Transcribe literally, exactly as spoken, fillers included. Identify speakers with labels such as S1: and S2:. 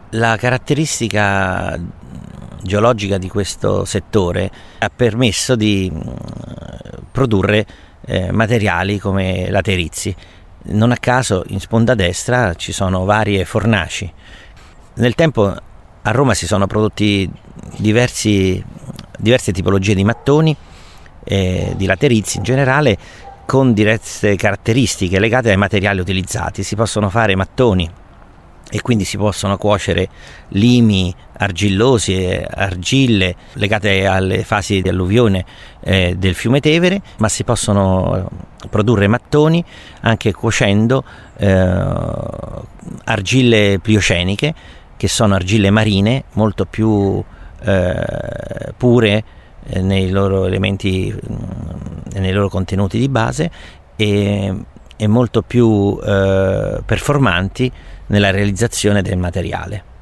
S1: La caratteristica geologica di questo settore ha permesso di produrre eh, materiali come laterizi. Non a caso in sponda destra ci sono varie fornaci. Nel tempo a Roma si sono prodotti diversi, diverse tipologie di mattoni, eh, di laterizi in generale, con diverse caratteristiche legate ai materiali utilizzati. Si possono fare mattoni e quindi si possono cuocere limi argillosi e argille legate alle fasi di alluvione eh, del fiume Tevere, ma si possono produrre mattoni anche cuocendo eh, argille plioceniche, che sono argille marine molto più eh, pure eh, nei loro elementi e nei loro contenuti di base e, e molto più eh, performanti nella realizzazione del materiale.